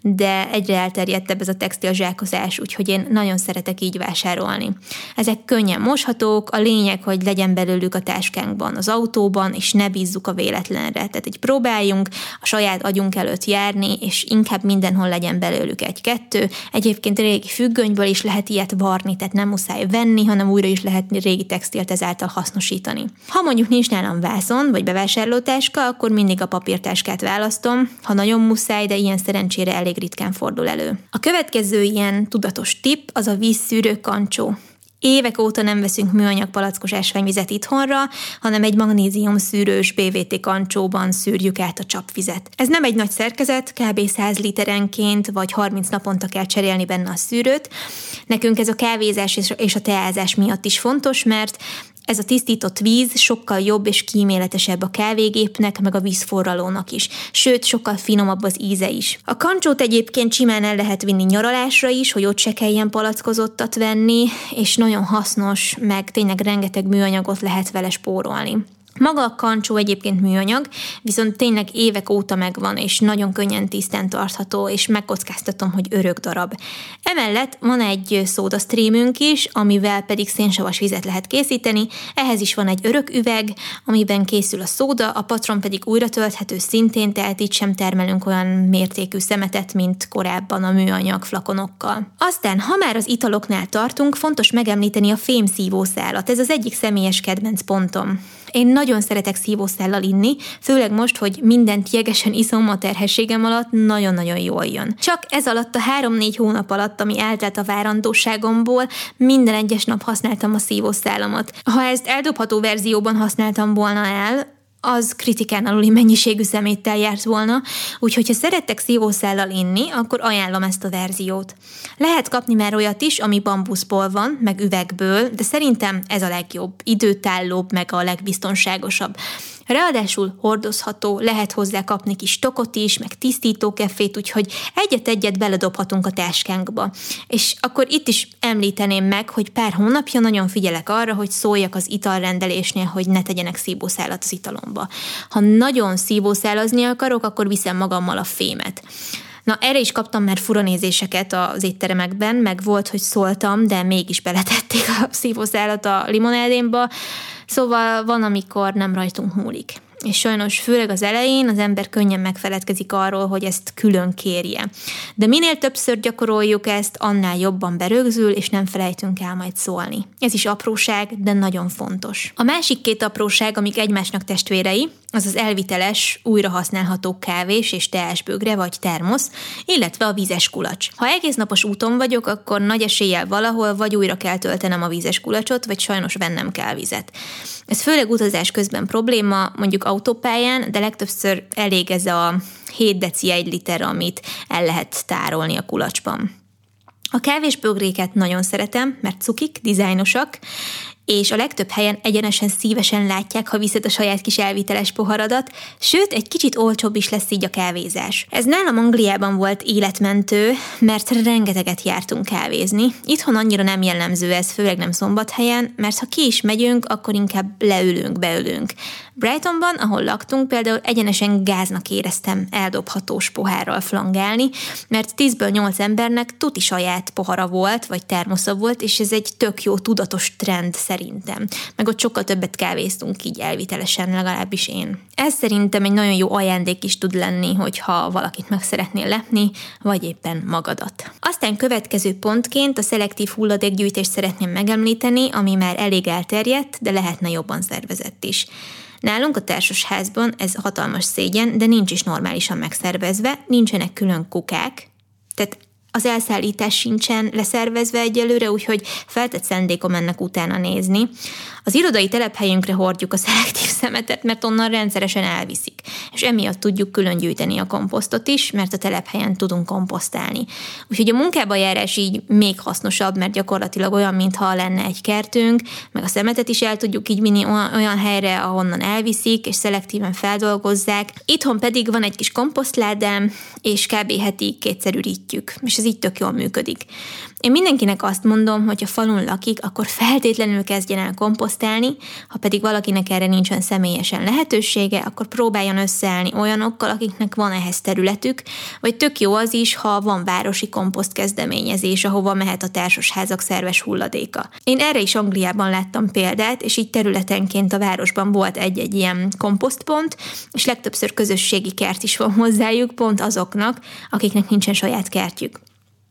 de egyre elterjedtebb ez a textilzsákozás, úgyhogy én nagyon szeretek így vásárolni. Ezek könnyen moshatók, a lényeg, hogy legyen belőlük a táskánkban, az autóban, és ne bízzuk a véletlenre. Tehát így próbáljunk a saját agyunk előtt járni, és inkább mindenhol legyen belőlük egy-kettő. Egyébként régi függönyből is lehet ilyet varni, tehát nem muszáj venni, hanem újra is lehet régi textilt ezáltal hasznosítani. Ha mondjuk nincs nálam vászon, vagy bevásárlótáska, akkor mindig a papírtáskát választom, ha nagyon muszáj, de ilyen szerencsére elég ritkán fordul elő. A következő ilyen tudatos tipp az a vízszűrő kancsó. Évek óta nem veszünk műanyag palackos ásványvizet itthonra, hanem egy magnéziumszűrős PVT kancsóban szűrjük át a csapvizet. Ez nem egy nagy szerkezet, kb. 100 literenként vagy 30 naponta kell cserélni benne a szűrőt. Nekünk ez a kávézás és a teázás miatt is fontos, mert ez a tisztított víz sokkal jobb és kíméletesebb a kávégépnek, meg a vízforralónak is. Sőt, sokkal finomabb az íze is. A kancsót egyébként simán el lehet vinni nyaralásra is, hogy ott se kelljen palackozottat venni, és nagyon hasznos, meg tényleg rengeteg műanyagot lehet vele spórolni. Maga a kancsó egyébként műanyag, viszont tényleg évek óta megvan, és nagyon könnyen tisztán tartható, és megkockáztatom, hogy örök darab. Emellett van egy szódasztrémünk is, amivel pedig szénsavas vizet lehet készíteni, ehhez is van egy örök üveg, amiben készül a szóda, a patron pedig újra tölthető szintén, tehát itt sem termelünk olyan mértékű szemetet, mint korábban a műanyag flakonokkal. Aztán, ha már az italoknál tartunk, fontos megemlíteni a fémszívószálat, ez az egyik személyes kedvenc pontom. Én nagyon szeretek szívószállal inni, főleg most, hogy mindent jegesen iszom a terhességem alatt, nagyon-nagyon jól jön. Csak ez alatt a 3-4 hónap alatt, ami eltelt a várandóságomból, minden egyes nap használtam a szívószálamat. Ha ezt eldobható verzióban használtam volna el, az kritikán aluli mennyiségű szeméttel járt volna, úgyhogy ha szerettek szívószállal inni, akkor ajánlom ezt a verziót. Lehet kapni már olyat is, ami bambuszból van, meg üvegből, de szerintem ez a legjobb, időtállóbb, meg a legbiztonságosabb. Ráadásul hordozható, lehet hozzá kapni kis tokot is, meg tisztítókeffét, úgyhogy egyet-egyet beledobhatunk a táskánkba. És akkor itt is említeném meg, hogy pár hónapja nagyon figyelek arra, hogy szóljak az italrendelésnél, hogy ne tegyenek szívószálat az italomba. Ha nagyon szívószálazni akarok, akkor viszem magammal a fémet. Na, erre is kaptam már furanézéseket az étteremekben, meg volt, hogy szóltam, de mégis beletették a szívószálat a limonádémba, szóval van, amikor nem rajtunk múlik. És sajnos főleg az elején az ember könnyen megfeledkezik arról, hogy ezt külön kérje. De minél többször gyakoroljuk ezt, annál jobban berögzül, és nem felejtünk el majd szólni. Ez is apróság, de nagyon fontos. A másik 2 apróság, amik egymásnak testvérei, az az elviteles, újrahasználható kávés és teásbögre vagy termosz, illetve a vízes kulacs. Ha egész napos úton vagyok, akkor nagy eséllyel valahol vagy újra kell töltenem a vízes kulacsot, vagy sajnos vennem kell vizet. Ez főleg utazás közben probléma, mondjuk autópályán, de legtöbbször elég ez a 7 deci 1 liter, amit el lehet tárolni a kulacsban. A kávésbögréket nagyon szeretem, mert cukik, dizájnosak, és a legtöbb helyen egyenesen szívesen látják, ha viszed a saját kis elviteles poharadat, sőt, egy kicsit olcsóbb is lesz így a kávézás. Ez nálam Angliában volt életmentő, mert rengeteget jártunk kávézni. Itthon annyira nem jellemző ez, főleg nem szombathelyen, mert ha ki is megyünk, akkor inkább leülünk, beülünk. Brightonban, ahol laktunk, például egyenesen gáznak éreztem eldobhatós pohárral flangálni, mert 10-ből 8 embernek tuti saját pohara volt, vagy termosza volt, és ez egy tök jó tudatos trend szerintem. Meg ott sokkal többet kávéztunk így elvitelesen, legalábbis én. Ez szerintem egy nagyon jó ajándék is tud lenni, hogyha valakit meg szeretnél lepni, vagy éppen magadat. Aztán következő pontként a szelektív hulladékgyűjtést szeretném megemlíteni, ami már elég elterjedt, de lehetne jobban szervezett is. Nálunk a társasházban ez hatalmas szégyen, de nincs is normálisan megszervezve, nincsenek külön kukák, tehát az elszállítás sincsen leszervezve egyelőre, úgyhogy feltett szándékom ennek utána nézni. Az irodai telephelyünkre hordjuk a szelektív szemetet, mert onnan rendszeresen elviszik, és emiatt tudjuk külön gyűjteni a komposztot is, mert a telephelyen tudunk komposztálni. Úgyhogy a munkába járás így még hasznosabb, mert gyakorlatilag olyan, mintha lenne egy kertünk, meg a szemetet is el tudjuk így vinni olyan helyre, ahonnan elviszik, és szelektíven feldolgozzák. Itthon pedig van egy kis komposztládám, és kb. Heti 2-szer ürítjük, és ez így tök jól működik. Én mindenkinek azt mondom, hogy ha falun lakik, akkor feltétlenül kezdjen el komposztálni, ha pedig valakinek erre nincsen személyesen lehetősége, akkor próbáljon összeállni olyanokkal, akiknek van ehhez területük, vagy tök jó az is, ha van városi komposzt kezdeményezés, ahova mehet a társasházak szerves hulladéka. Én erre is Angliában láttam példát, és így területenként a városban volt egy-egy ilyen komposztpont, és legtöbbször közösségi kert is van hozzájuk, pont azoknak, akiknek nincsen saját kertjük.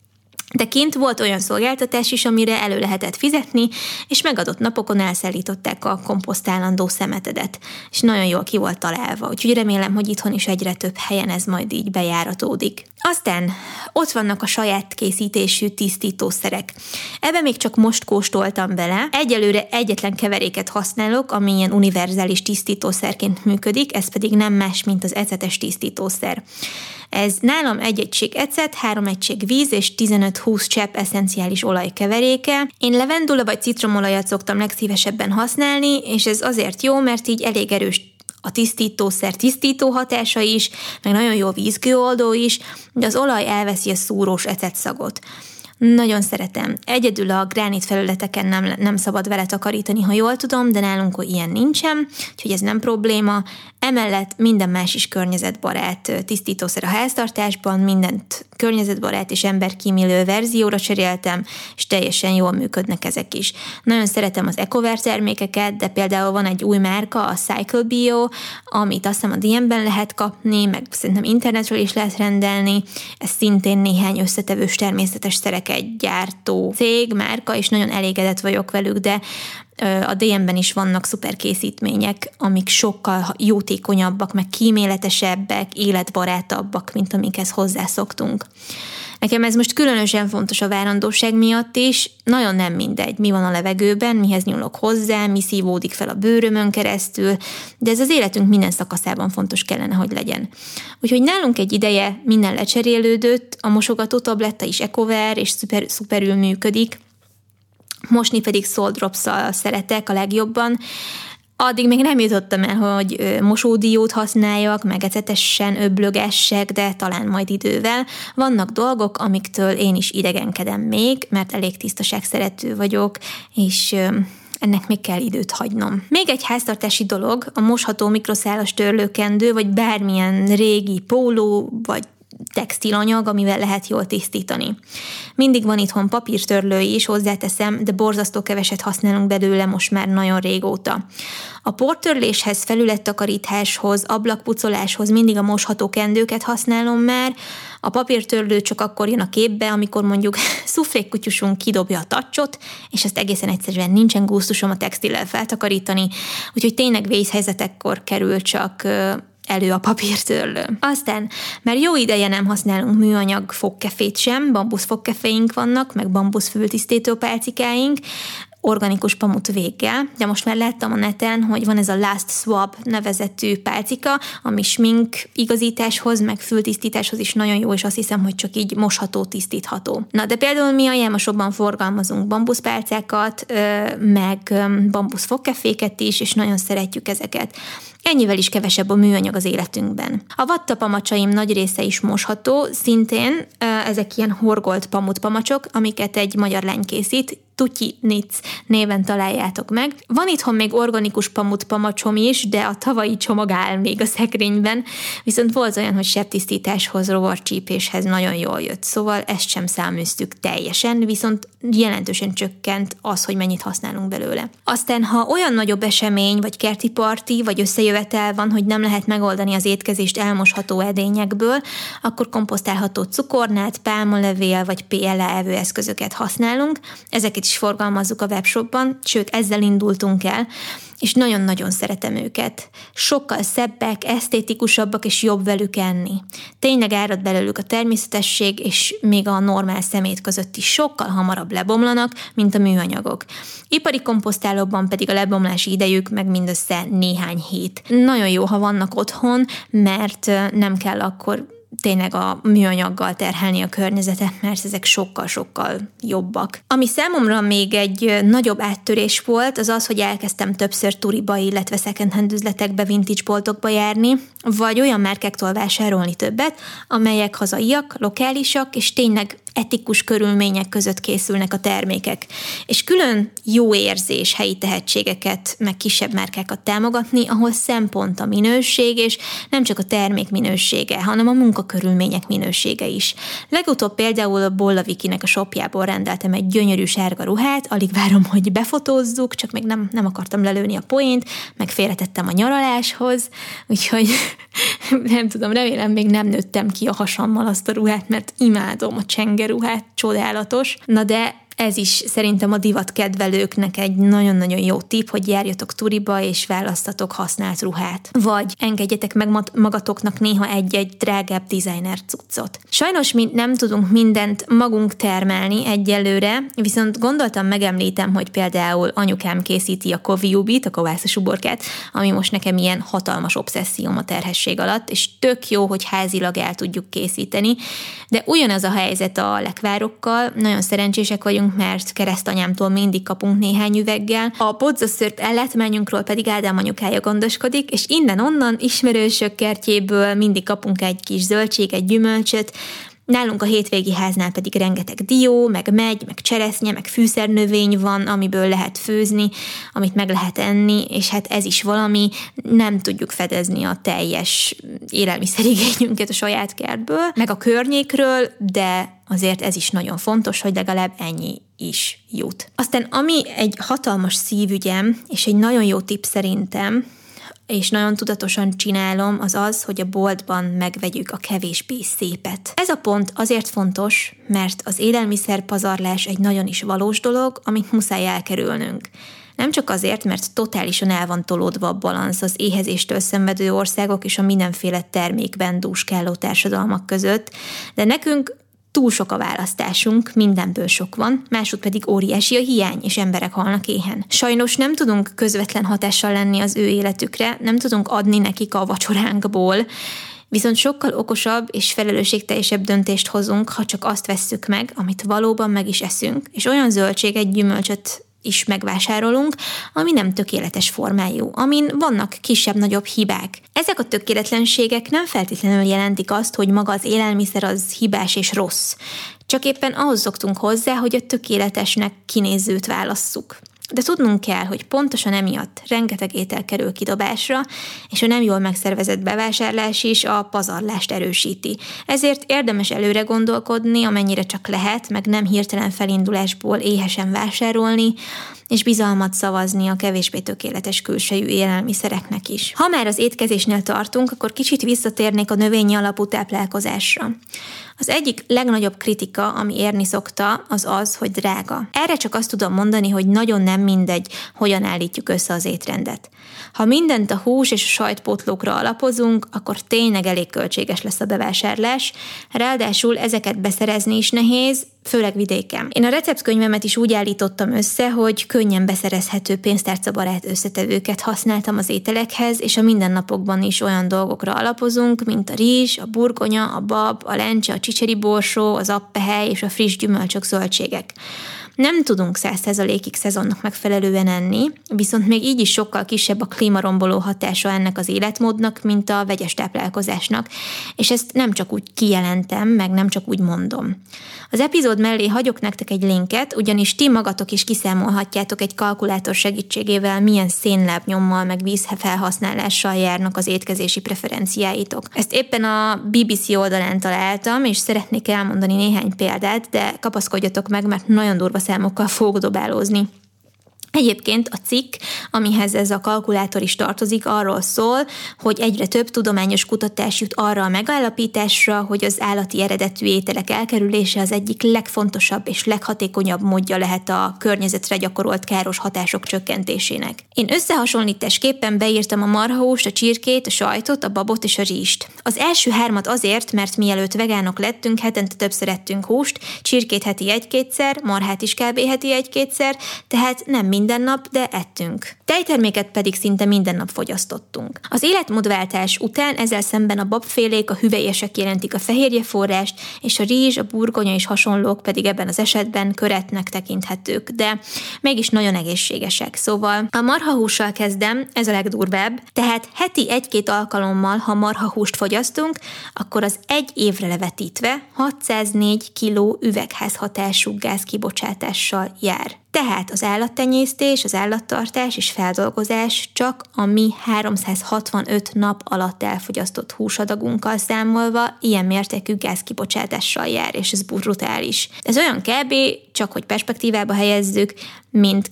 De kint volt olyan szolgáltatás is, amire elő lehetett fizetni, és megadott napokon elszállították a komposztálandó szemetedet, és nagyon jól ki volt találva, úgyhogy remélem, hogy itthon is egyre több helyen ez majd így bejáratódik. Aztán ott vannak a saját készítésű tisztítószerek. Ebbe még csak most kóstoltam bele. Egyelőre egyetlen keveréket használok, ami ilyen univerzális tisztítószerként működik, ez pedig nem más, mint az ecetes tisztítószer. Ez nálam 1 egység ecet, 3 egység víz és 15-20 csepp eszenciális olaj keveréke. Én levendula vagy citromolajat szoktam legszívesebben használni, és ez azért jó, mert így elég erős a tisztítószer tisztító hatása is, meg nagyon jó vízkőoldó is, de az olaj elveszi a szúrós ecetszagot. Nagyon szeretem. Egyedül a gránit felületeken nem szabad vele takarítani, ha jól tudom, de nálunk ilyen nincsen, úgyhogy ez nem probléma. Emellett minden más is környezetbarát tisztítószer a háztartásban, mindent környezetbarát és emberkímélő verzióra cseréltem, és teljesen jól működnek ezek is. Nagyon szeretem az EcoVer termékeket, de például van egy új márka, a Cycle Bio, amit azt hiszem a DM-ben lehet kapni, meg szerintem internetről is lehet rendelni. Ez szintén néhány összetevős természetes szereket gyártó cég, márka, és nagyon elégedett vagyok velük, de a DM-ben is vannak szuper készítmények, amik sokkal jótékonyabbak, meg kíméletesebbek, életbarátabbak, mint amikhez hozzászoktunk. Nekem ez most különösen fontos a várandóság miatt is, nagyon nem mindegy, mi van a levegőben, mihez nyúlok hozzá, mi szívódik fel a bőrömön keresztül, de ez az életünk minden szakaszában fontos kellene, hogy legyen. Úgyhogy nálunk egy ideje minden lecserélődött, a mosogató tabletta is EcoVer, és szuperül működik, mosni pedig Salt Drops-szal szeretek a legjobban. Addig még nem jutottam el, hogy mosódiót használjak, meg ecetesen öblögessek, de talán majd idővel. Vannak dolgok, amiktől én is idegenkedem még, mert elég tisztaságszerető vagyok, és ennek még kell időt hagynom. Még egy háztartási dolog, a mosható mikroszálas törlőkendő, vagy bármilyen régi póló, vagy textilanyag, amivel lehet jól tisztítani. Mindig van itthon papírtörlő is, hozzáteszem, de borzasztó keveset használunk belőle most már nagyon régóta. A portörléshez, felülettakarításhoz, ablakpucoláshoz mindig a mosható kendőket használom már, a papírtörlő csak akkor jön a képbe, amikor mondjuk szuflékkutyusunk kidobja a tacsot, és azt egészen egyszerűen nincsen gusztusom a textillel feltakarítani, úgyhogy tényleg vészhelyzetekkor kerül csak elő a papírtörlő. Aztán már jó ideje nem használunk műanyag fogkefét sem, bambusz fogkeféink vannak, meg bambusz fültisztító pálcikáink, organikus pamut véggel, de most már láttam a neten, hogy van ez a Last Swab nevezetű pálcika, ami smink igazításhoz, meg fültisztításhoz is nagyon jó, és azt hiszem, hogy csak így mosható, tisztítható. Na, de például mi a Jámosokban forgalmazunk bambuszpálcákat, meg bambusz fogkeféket is, és nagyon szeretjük ezeket. Ennyivel is kevesebb a műanyag az életünkben. A vattapamacsaim nagy része is mosható, szintén ezek ilyen horgolt pamutpamacsok, amiket egy magyar lány készít, Tutyi Nitz néven találjátok meg. Van itthon még organikus pamutpamacsom is, de a tavalyi csomag áll még a szekrényben, viszont volt olyan, hogy sebtisztításhoz, rovarcsípéshez nagyon jól jött, szóval ezt sem száműztük teljesen, viszont jelentősen csökkent az, hogy mennyit használunk belőle. Aztán, ha olyan nagyobb esemény, vagy kerti parti, vagy összejövetel van, hogy nem lehet megoldani az étkezést elmosható edényekből, akkor komposztálható cukornát, pálmalevél vagy PLA evőeszközöket használunk. Ezeket is is forgalmazzuk a webshopban, sőt ezzel indultunk el, és nagyon-nagyon szeretem őket. Sokkal szebbek, esztétikusabbak és jobb velük enni. Tényleg árad belőlük a természetesség, és még a normál szemét között is sokkal hamarabb lebomlanak, mint a műanyagok. Ipari komposztálóban pedig a lebomlási idejük meg mindössze néhány hét. Nagyon jó, ha vannak otthon, mert nem kell akkor tényleg a műanyaggal terhelni a környezetet, mert ezek sokkal-sokkal jobbak. Ami számomra még egy nagyobb áttörés volt, az az, hogy elkezdtem többször turiba, illetve second-hand üzletekbe, vintage boltokba járni, vagy olyan márkáktól vásárolni többet, amelyek hazaiak, lokálisak, és tényleg etikus körülmények között készülnek a termékek. És külön jó érzés helyi tehetségeket, meg kisebb márkákat támogatni, ahol szempont a minőség, és nem csak a termék minősége, hanem a munkakörülmények minősége is. Legutóbb például a Bolla Vikinek a shopjából rendeltem egy gyönyörű sárga ruhát, alig várom, hogy befotózzuk, csak még nem akartam lelőni a poént, meg félretettem a nyaraláshoz, úgyhogy nem tudom, remélem még nem nőttem ki a hasammal azt a ruhát, mert imádom a csengeruhát, csodálatos. Na de ez is szerintem a divatkedvelőknek egy nagyon-nagyon jó tipp, hogy járjatok turiba és választatok használt ruhát. Vagy engedjetek meg magatoknak néha egy-egy drágább designer cuccot. Sajnos mi nem tudunk mindent magunk termelni egyelőre, viszont gondoltam, megemlítem, hogy például anyukám készíti a koviubit, a kovászos uborkát, ami most nekem ilyen hatalmas obszesszióm a terhesség alatt, és tök jó, hogy házilag el tudjuk készíteni, de ugyanaz a helyzet a lekvárokkal, nagyon szerencsések vagyunk, mert keresztanyámtól mindig kapunk néhány üveggel. A podzaszörp ellátmányunkról pedig Ádám anyukája gondoskodik, és innen-onnan ismerősök kertjéből mindig kapunk egy kis zöldséget, gyümölcsöt. Nálunk a hétvégi háznál pedig rengeteg dió, meg megy, meg cseresznye, meg fűszernövény van, amiből lehet főzni, amit meg lehet enni, és hát ez is valami, nem tudjuk fedezni a teljes élelmiszerigényünket a saját kertből, meg a környékről, de azért ez is nagyon fontos, hogy legalább ennyi is jut. Aztán ami egy hatalmas szívügyem, és egy nagyon jó tipp szerintem, és nagyon tudatosan csinálom, az az, hogy a boltban megvegyük a kevésbé szépet. Ez a pont azért fontos, mert az élelmiszerpazarlás egy nagyon is valós dolog, amit muszáj elkerülnünk. Nem csak azért, mert totálisan el van tolódva a balansz az éhezéstől szenvedő országok és a mindenféle termékben dúskáló társadalmak között, de nekünk túl sok a választásunk, mindenből sok van, másod pedig óriási a hiány, és emberek halnak éhen. Sajnos nem tudunk közvetlen hatással lenni az ő életükre, nem tudunk adni nekik a vacsoránkból, viszont sokkal okosabb és felelősségteljesebb döntést hozunk, ha csak azt vesszük meg, amit valóban meg is eszünk, és olyan zöldséget, gyümölcsöt is megvásárolunk, ami nem tökéletes formájú, amin vannak kisebb-nagyobb hibák. Ezek a tökéletlenségek nem feltétlenül jelentik azt, hogy maga az élelmiszer az hibás és rossz. Csak éppen ahhoz szoktunk hozzá, hogy a tökéletesnek kinézőt válasszuk. De tudnunk kell, hogy pontosan emiatt rengeteg étel kerül kidobásra, és a nem jól megszervezett bevásárlás is a pazarlást erősíti. Ezért érdemes előre gondolkodni, amennyire csak lehet, meg nem hirtelen felindulásból éhesen vásárolni, és bizalmat szavazni a kevésbé tökéletes külsejű élelmiszereknek is. Ha már az étkezésnél tartunk, akkor kicsit visszatérnék a növényi alapú táplálkozásra. Az egyik legnagyobb kritika, ami érni szokta, az az, hogy drága. Erre csak azt tudom mondani, hogy nagyon nem mindegy, hogyan állítjuk össze az étrendet. Ha mindent a hús és a sajtpótlókra alapozunk, akkor tényleg elég költséges lesz a bevásárlás, ráadásul ezeket beszerezni is nehéz, főleg vidéken. Én a receptkönyvemet is úgy állítottam össze, hogy könnyen beszerezhető pénztárcabarát összetevőket használtam az ételekhez, és a mindennapokban is olyan dolgokra alapozunk, mint a rizs, a burgonya, a bab, a lencse, a csicseri borsó, az appehely és a friss gyümölcsök, zöldségek. Nem tudunk 100%-ig szezonnak megfelelően enni, viszont még így is sokkal kisebb a klímaromboló hatása ennek az életmódnak, mint a vegyes táplálkozásnak, és ezt nem csak úgy kijelentem, meg nem csak úgy mondom. Az epizód mellé hagyok nektek egy linket, ugyanis ti magatok is kiszámolhatjátok egy kalkulátor segítségével, milyen szénlábnyommal meg vízfelhasználással járnak az étkezési preferenciáitok. Ezt éppen a BBC oldalán találtam, és szeretnék elmondani néhány példát, de kapaszkodjatok meg, mert nagyon durva számokkal fogok dobálózni. Egyébként a cikk, amihez ez a kalkulátor is tartozik, arról szól, hogy egyre több tudományos kutatás jut arra a megállapításra, hogy az állati eredetű ételek elkerülése az egyik legfontosabb és leghatékonyabb módja lehet a környezetre gyakorolt káros hatások csökkentésének. Én összehasonlításképpen beírtam a marhahúst, a csirkét, a sajtot, a babot és a rizst. Az első 3 azért, mert mielőtt vegánok lettünk, hetente többször ettünk húst, csirkét heti 1-2-szer, marhát is kb. Heti 1-2-szer, tehát nem minden nap, de ettünk. Tejterméket pedig szinte minden nap fogyasztottunk. Az életmódváltás után ezzel szemben a babfélék, a hüvelyesek jelentik a fehérjeforrást, és a rizs, a burgonya és hasonlók pedig ebben az esetben köretnek tekinthetők, de mégis nagyon egészségesek. Szóval a marhahússal kezdem, ez a legdurvább, tehát heti 1-2 alkalommal, ha marhahúst fogyasztunk, akkor az 1 évre levetítve 604 kg üvegházhatású gázkibocsátással jár. Tehát az állattenyésztés, az állattartás és feldolgozás csak a mi 365 nap alatt elfogyasztott húsadagunkkal számolva ilyen mértékű gázkibocsátással jár, és ez brutális. Ez olyan kb., csak hogy perspektívába helyezzük, mint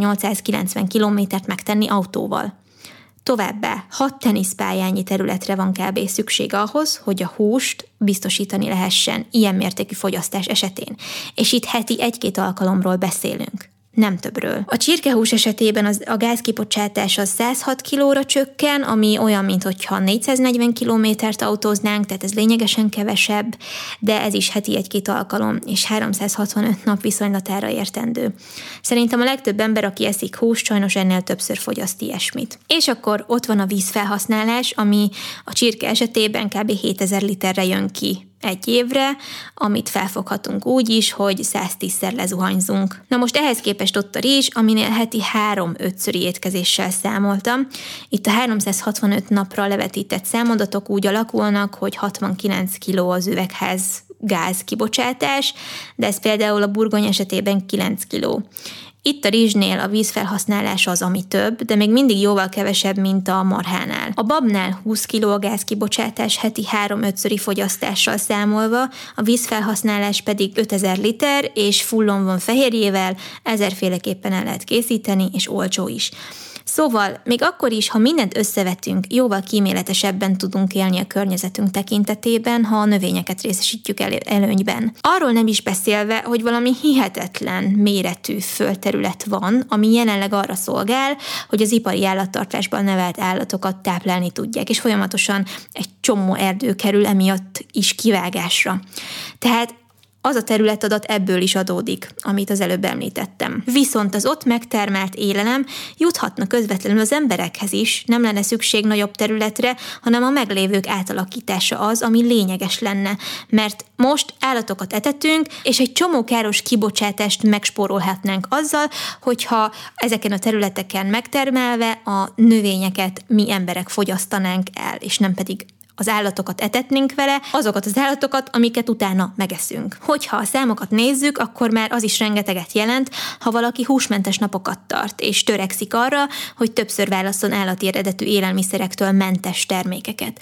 2890 kilométert megtenni autóval. Továbbá 6 teniszpályányi területre van kb. Szükség ahhoz, hogy a húst biztosítani lehessen ilyen mértékű fogyasztás esetén. És itt heti 1-2 alkalomról beszélünk, nem többről. A csirkehús esetében a gázkibocsátás az 106 kilóra csökken, ami olyan, mintha 440 kilométert autóznánk, tehát ez lényegesen kevesebb, de ez is heti 1-2 alkalom, és 365 nap viszonylatára értendő. Szerintem a legtöbb ember, aki eszik húst, sajnos ennél többször fogyaszt ilyesmit. És akkor ott van a vízfelhasználás, ami a csirke esetében kb. 7000 literre jön ki 1 évre, amit felfoghatunk úgy is, hogy 110-szer lezuhanyzunk. Na most ehhez képest ott a rizs, aminél heti 3-5-szöri étkezéssel számoltam. Itt a 365 napra levetített számadatok úgy alakulnak, hogy 69 kg az üvegház gáz kibocsátás, de ez például a burgony esetében 9 kg. Itt a rizsnél a vízfelhasználás az, ami több, de még mindig jóval kevesebb, mint a marhánál. A babnál 20 kg a gázkibocsátás heti 3-5-szöri fogyasztással számolva, a vízfelhasználás pedig 5000 liter, és fullon van fehérjével, 1000-féleképpen el lehet készíteni, és olcsó is. Szóval még akkor is, ha mindent összevetünk, jóval kíméletesebben tudunk élni a környezetünk tekintetében, ha a növényeket részesítjük előnyben. Arról nem is beszélve, hogy valami hihetetlen méretű földterület van, ami jelenleg arra szolgál, hogy az ipari állattartásban nevelt állatokat táplálni tudják, és folyamatosan egy csomó erdő kerül emiatt is kivágásra. Tehát az a területadat ebből is adódik, amit az előbb említettem. Viszont az ott megtermelt élelem juthatna közvetlenül az emberekhez is, nem lenne szükség nagyobb területre, hanem a meglévők átalakítása az, ami lényeges lenne, mert most állatokat etetünk, és egy csomó káros kibocsátást megspórolhatnánk azzal, hogyha ezeken a területeken megtermelve a növényeket mi emberek fogyasztanánk el, és nem pedig az állatokat etetnénk vele, azokat az állatokat, amiket utána megeszünk. Hogyha a számokat nézzük, akkor már az is rengeteget jelent, ha valaki húsmentes napokat tart, és törekszik arra, hogy többször válasszon állati eredetű élelmiszerektől mentes termékeket.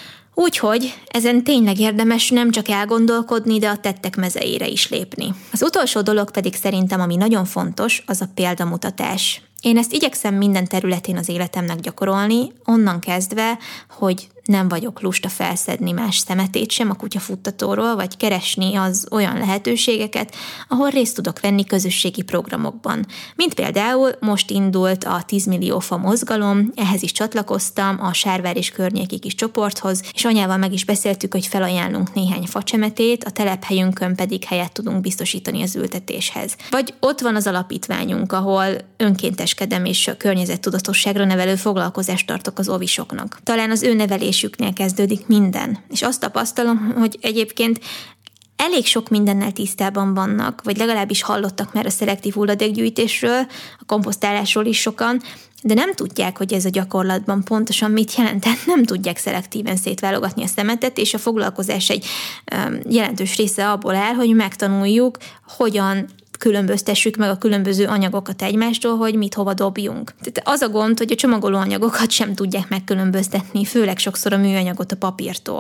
Úgyhogy ezen tényleg érdemes nem csak elgondolkodni, de a tettek mezeire is lépni. Az utolsó dolog pedig szerintem, ami nagyon fontos, az a példamutatás. Én ezt igyekszem minden területén az életemnek gyakorolni, onnan kezdve, hogy nem vagyok lusta felszedni más szemetét sem a kutyafuttatóról, vagy keresni az olyan lehetőségeket, ahol részt tudok venni közösségi programokban. Mint például most indult a 10 millió fa mozgalom, ehhez is csatlakoztam a Sárvár és környéki kis csoporthoz, és anyával meg is beszéltük, hogy felajánlunk néhány facsemetét, a telephelyünkön pedig helyet tudunk biztosítani az ültetéshez. Vagy ott van az alapítványunk, ahol önkénteskedem és a környezettudatosságra nevelő foglalkozást tartok az ovisoknak. Talán az ő nevelésüknél kezdődik minden, és azt tapasztalom, hogy egyébként elég sok mindennel tisztában vannak, vagy legalábbis hallottak már a szelektív hulladékgyűjtésről, a komposztálásról is sokan, de nem tudják, hogy ez a gyakorlatban pontosan mit jelent, tehát nem tudják szelektíven szétválogatni a szemetet, és a foglalkozás egy jelentős része abból áll, hogy megtanuljuk, hogyan különböztessük meg a különböző anyagokat egymástól, hogy mit hova dobjunk. Tehát az a gond, hogy a csomagoló anyagokat sem tudják megkülönböztetni, főleg sokszor a műanyagot a papírtól.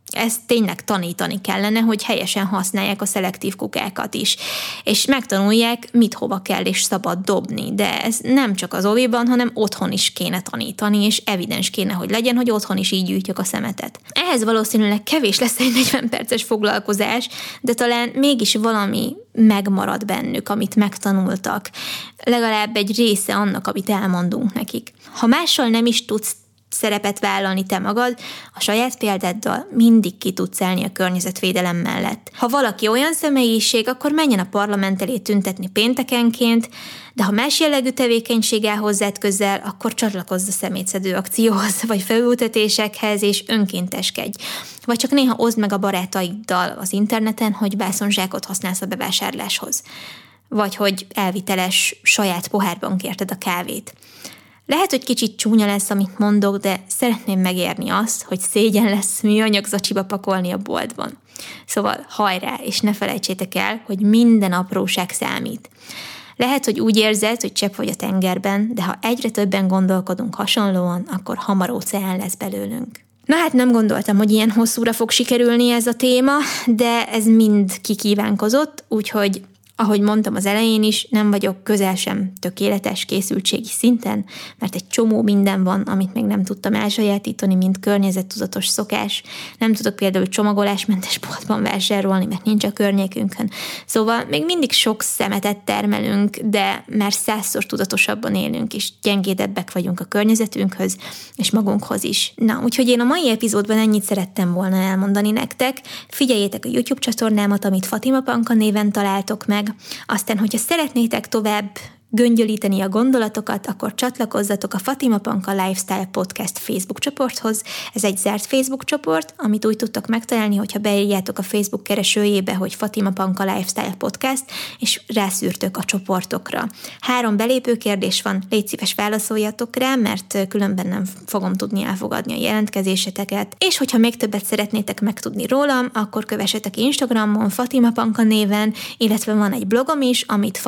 Ezt tényleg tanítani kellene, hogy helyesen használják a szelektív kukákat is, és megtanulják, mit hova kell és szabad dobni, de ez nem csak az oviban, hanem otthon is kéne tanítani, és evidens kéne, hogy legyen, hogy otthon is így gyűjtjük a szemetet. Ehhez valószínűleg kevés lesz egy 40 perces foglalkozás, de talán mégis valami megmarad bennük, amit megtanultak. Legalább egy része annak, amit elmondunk nekik. Ha mással nem is tudsz szerepet vállalni te magad, a saját példáddal mindig ki tudsz állni a környezetvédelem mellett. Ha valaki olyan személyiség, akkor menjen a parlament elé tüntetni péntekenként, de ha más jellegű tevékenység áll hozzád közel, akkor csatlakozz a szemétszedő akcióhoz, vagy felültetésekhez, és önkénteskedj. Vagy csak néha oszd meg a barátaiddal az interneten, hogy vászonzsákot használsz a bevásárláshoz. Vagy hogy elviteles saját pohárban kérted a kávét. Lehet, hogy kicsit csúnya lesz, amit mondok, de szeretném megérni azt, hogy szégyen lesz műanyag zacsiba pakolni a boltban. Szóval hajrá, és ne felejtsétek el, hogy minden apróság számít. Lehet, hogy úgy érzed, hogy csepp vagy a tengerben, de ha egyre többen gondolkodunk hasonlóan, akkor hamar óceán lesz belőlünk. Na hát nem gondoltam, hogy ilyen hosszúra fog sikerülni ez a téma, de ez mind kikívánkozott, úgyhogy ahogy mondtam az elején is, nem vagyok közel sem tökéletes készültségi szinten, mert egy csomó minden van, amit még nem tudtam elsajátítani, mint környezettudatos szokás. Nem tudok például csomagolásmentes boltban vásárolni, mert nincs a környékünkön. Szóval még mindig sok szemetet termelünk, de már 100-szor tudatosabban élünk, és gyengédebbek vagyunk a környezetünkhöz, és magunkhoz is. Na, úgyhogy én a mai epizódban ennyit szerettem volna elmondani nektek. Figyeljétek a YouTube csatornámat, amit Fatima Panka néven találtok meg. Aztán, hogyha szeretnétek tovább göngyölíteni a gondolatokat, akkor csatlakozzatok a Fatima Panka Lifestyle Podcast Facebook csoporthoz. Ez egy zárt Facebook csoport, amit úgy tudtok megtalálni, hogyha beírjátok a Facebook keresőjébe, hogy Fatima Panka Lifestyle Podcast, és rászűrtök a csoportokra. 3 belépő kérdés van, légy szíves válaszoljatok rá, mert különben nem fogom tudni elfogadni a jelentkezéseteket. És hogyha még többet szeretnétek megtudni rólam, akkor kövessetek Instagramon Fatima Panka néven, illetve van egy blogom is, amit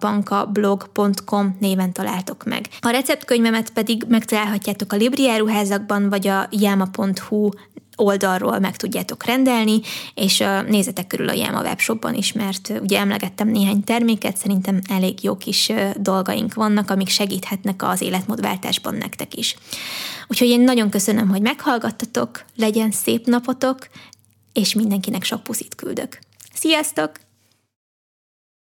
fatimapankablog.com néven találtok meg. A receptkönyvemet pedig megtalálhatjátok a Libri áruházakban, vagy a yama.hu oldalról meg tudjátok rendelni, és nézzetek körül a Yama webshopban is, mert ugye emlegettem néhány terméket, szerintem elég jó kis dolgaink vannak, amik segíthetnek az életmódváltásban nektek is. Úgyhogy én nagyon köszönöm, hogy meghallgattatok, legyen szép napotok, és mindenkinek sok puszit küldök. Sziasztok!